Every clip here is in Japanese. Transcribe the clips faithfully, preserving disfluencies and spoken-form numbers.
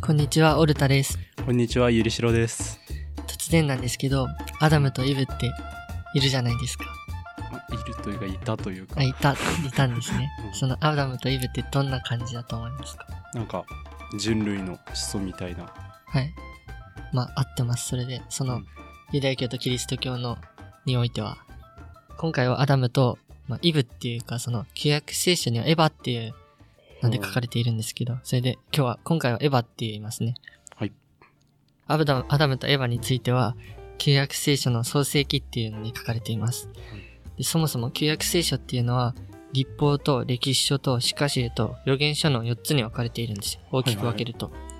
こんにちは、オルタです。 こんにちは、ゆりしろです。 突然なんですけど、アダムとイブっているじゃないですか。 いるというか、いたというか。 あ、いた、いたんですね。うん、そのアダムとイブってどんな感じだと思いますか？ なんか、人類の始祖みたいな。 はい。まあ、合ってます。それで、その、うん、ユダヤ教とキリスト教のにおいては、今回はアダムと、まあ、イブっていうか、その、旧約聖書にはエヴァっていうので書かれているんですけど、それで今日は、今回はエヴァって言いますね。 はい。 アダム、アダムとエヴァについては、旧約聖書の創世記っていうのに書かれています。で、そもそも旧約聖書っていうのは、律法と歴史書と詩歌集と預言書のよっつに分かれているんですよ。大きく分けると。はいはい、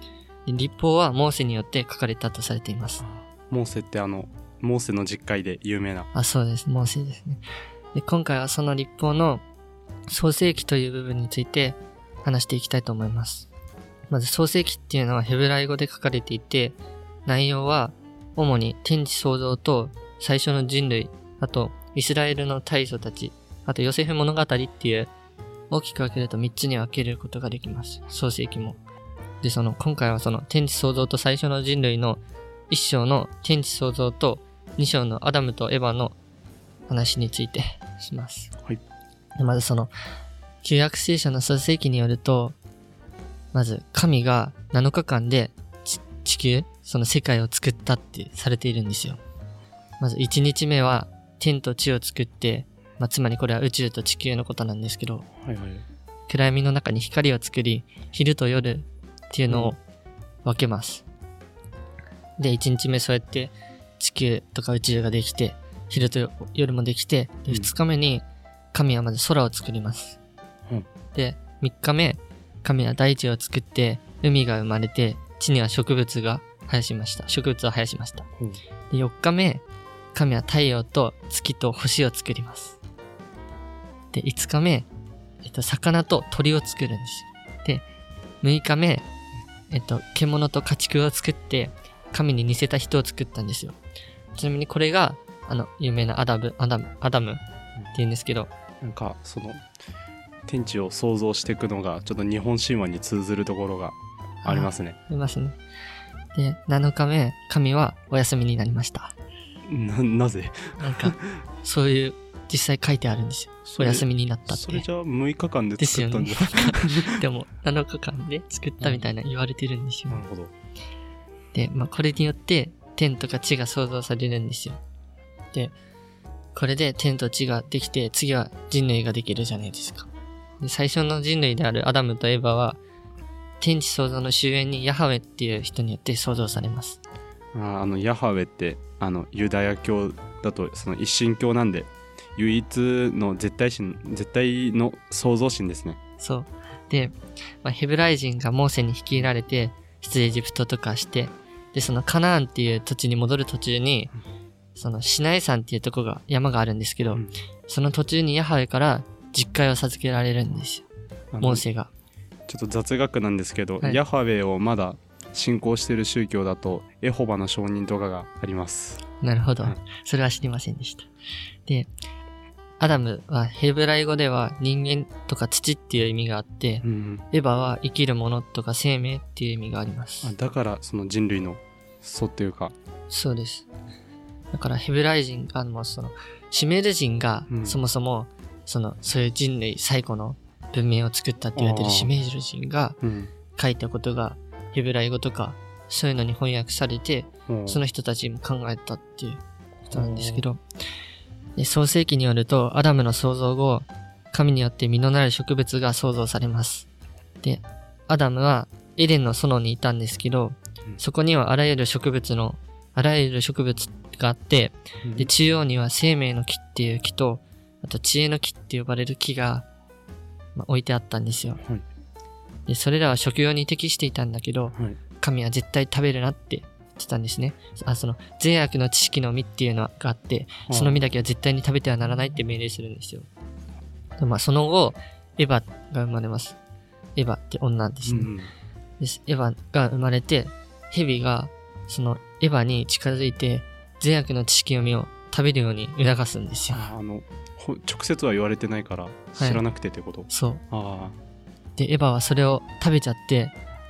で、律法はモーセによって書かれたとされています。 モーセってあの、モーセの実会で有名な。 あ、そうです。モーセですね。で、今回はその律法の創世記という部分について話していきたいと思います。まず創世記っていうのはヘブライ語で書かれていて、内容は主に天地創造と最初の人類、あとイスラエルの大祖たち、あとヨセフ物語っていう大きく分けるとみっつに分けることができます。創世記も。で、その今回はその天地創造と最初の人類のいっ章の天地創造とに章のアダムとエヴァの話についてします。 はい。 でまずその旧約聖書の創世記によると、まず神がなのかかんで地球、その世界を作ったってされているんですよ。まずいちにちめは天と地を作って、まあ、つまりこれは宇宙と地球のことなんですけど、 はいはい、 暗闇の中に光を作り、昼と夜っていうのを分けます。うん、で、いちにちめそうやって地球とか宇宙ができて、昼と夜もできて、でふつかめに神はまず空を作ります。うん、で、みっかめ、神は大地を作って、海が生まれて、地には植物が生やしました。植物を生やしました。うん、で、よっかめ、神は太陽と月と星を作ります。で、いつかめ、えっと、魚と鳥を作るんですよ。で、むいかめ、えっと、獣と家畜を作って、神に似せた人を作ったんですよ。ちなみにこれが、あの、有名なアダム、アダム、アダムって言うんですけど。 なんか、その、天地を想像していくのが、ちょっと日本神話に通ずるところがありますね。 ありますね。で、なのかめ、神はお休みになりました。 な、なぜ？ なんか、そういう、実際書いてあるんですよ。お休みになったって。 それじゃあむいかかんで作ったんじゃないか。でも、なのかかんで作ったみたいな言われてるんですよ。 なるほど。 で、まあ、これによって、天とか地が創造されるんですよ。で、これで天と地ができて、次は人類ができるじゃないですか。で、最初の人類であるアダムとエヴァは、天地創造の終焉にヤハウェっていう人によって創造されます。 あ, あのヤハウェってあのユダヤ教だとその一神教なんで唯一の絶対神絶対の創造神ですね。 そうで、まあ、ヘブライ人がモーセに率いられて出エジプトとかして、でそのカナーンっていう土地に戻る途中に、うん、そのシナイ山っていうとこが山があるんですけど、うん、その途中にヤハウェから実戒を授けられるんですよ、モーセが。 ちょっと雑学なんですけど、 はい、 ヤハウェをまだ信仰している宗教だとエホバの証人とかがあります。 なるほど、うん、それは知りませんでした。で、アダムはヘブライ語では人間とか土っていう意味があって、うんうん、エヴァは生きるものとか生命っていう意味があります。 あ、だからその人類の祖っていうか。 そうです。だからヘブライ人、あのそのシュメール人がそもそも、うん、そのそういう人類最古の文明を作ったって言われてるシュメール人が書いたことがヘブライ語とかそういうのに翻訳されて、その人たちも考えたっていうことなんですけど、で創世記によるとアダムの創造後、神によって実のなる植物が創造されます。で、アダムはエデンの園にいたんですけど、そこにはあらゆる植物のあらゆる植物があって、で中央には生命の木っていう木と、あと知恵の木って呼ばれる木が、まあ、置いてあったんですよ。はい、でそれらは食用に適していたんだけど、はい、神は絶対食べるなって言ってたんですね。あ、その善悪の知識の実っていうのがあって、はい、その実だけは絶対に食べてはならないって命令するんですよ。でまあ、その後エヴァが生まれます。エヴァって女ですね。うん、ですエヴァが生まれて、蛇がそのエヴァに近づいて善悪の知識の実を食べるように促すんですよ。 ああの直接は言われてないから知らなくてってこと、 はい、そう。 あでエヴァはそれを食べちゃって、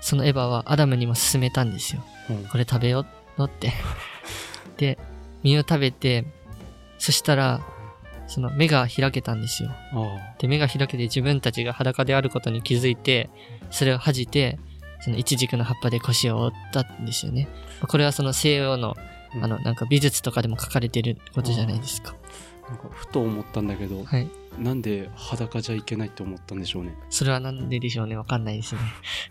そのエヴァはアダムにも勧めたんですよ。うん、これ食べようってで実を食べて、そしたらその目が開けたんですよ。で目が開けて自分たちが裸であることに気づいて、それを恥じてそのイチジクの葉っぱで腰を折ったんですよね。これはその西洋のあのなんか美術とかでも書かれてることじゃないですか。 なんかふと思ったんだけど、はい、なんで裸じゃいけないって思ったんでしょうね。 それはなんででしょうね。わかんないですね。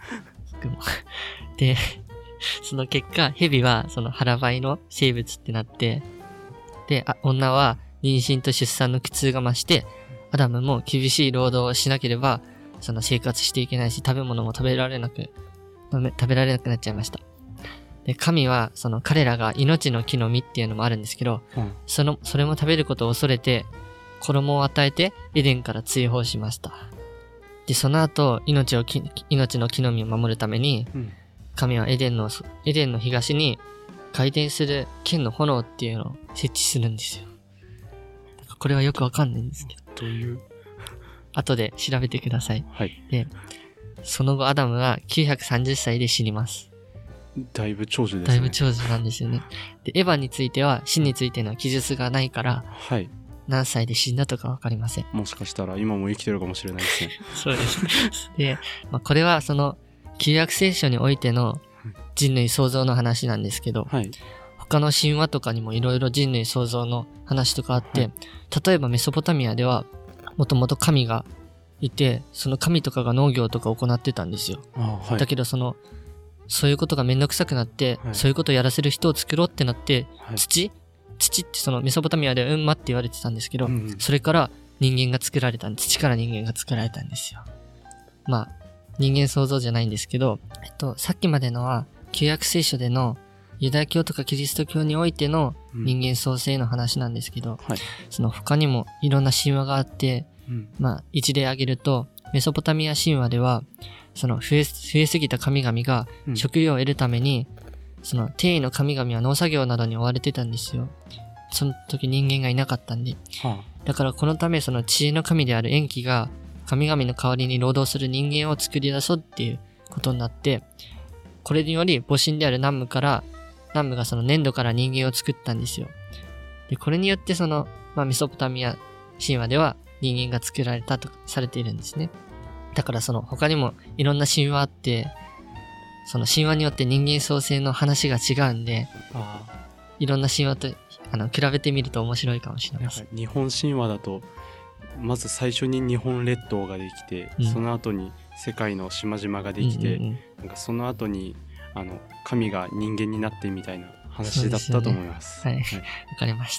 で、その結果、蛇はその腹ばいの生物ってなって、で、あ女は妊娠と出産の苦痛が増して、アダムも厳しい労働をしなければ、その生活していけないし、食べ物も食べられなく、食べられなくなっちゃいました。で、神は、その彼らが命の木の実っていうのもあるんですけど、うん、その、それも食べることを恐れて、衣を与えてエデンから追放しました。で、その後、命をき、命の木の実を守るために、うん、神はエデンの、エデンの東に回転する剣の炎っていうのを設置するんですよ。これはよくわかんないんですけど。 どういう後で調べてください。 はい。 で、その後アダムはきゅうひゃくさんじゅっさいで死にます。 だいぶ長寿ですね。 だいぶ長寿なんですよね。で、エヴァについては死についての記述がないから、 はい。 何歳で死んだとかわかりません。 もしかしたら今も生きてるかもしれないですね。 そうです。で、まあ、これはその旧約聖書においての人類創造の話なんですけど、はい、他の神話とかにもいろいろ人類創造の話とかあって、はい、例えばメソポタミアではもともと神がいて、その神とかが農業とか行ってたんですよ。 あ、はい、 だけどそのそういうことがめんどくさくなって、はい、そういうことをやらせる人を作ろうってなって、はい、土土ってそのメソポタミアではうんまって言われてたんですけど、うんうん、それから人間が作られた、土から人間が作られたんですよ。まあ、人間創造じゃないんですけど、えっと、さっきまでのは旧約聖書でのユダヤ教とかキリスト教においての人間創生の話なんですけど、うんはい、その他にもいろんな神話があって、うん、まあ、一例挙げると、メソポタミア神話では、その増え、増えすぎた神々が食料を得るために、うん、その天意の神々は農作業などに追われてたんですよ。その時人間がいなかったんで。はあ、だからこのためその知恵の神であるエンキが神々の代わりに労働する人間を作り出そうっていうことになって、これにより母神であるナムから、ナムがその粘土から人間を作ったんですよ。で、これによってその、まあ、メソポタミア神話では人間が作られたとされているんですね。だからその他にもいろんな神話あって、その神話によって人間創生の話が違うんで、ああいろんな神話とあの比べてみると面白いかもしれません。 日本神話だとまず最初に日本列島ができて、うん、その後に世界の島々ができて、うんうんうん、なんかその後にあの神が人間になってみたいな話だったと思います。 はい、わ、はい、かりました。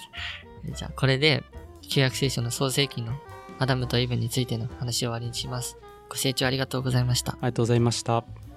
じゃあこれで旧約聖書の創世記のアダムとイブについての話を終わりにします。ご清聴ありがとうございました。ありがとうございました。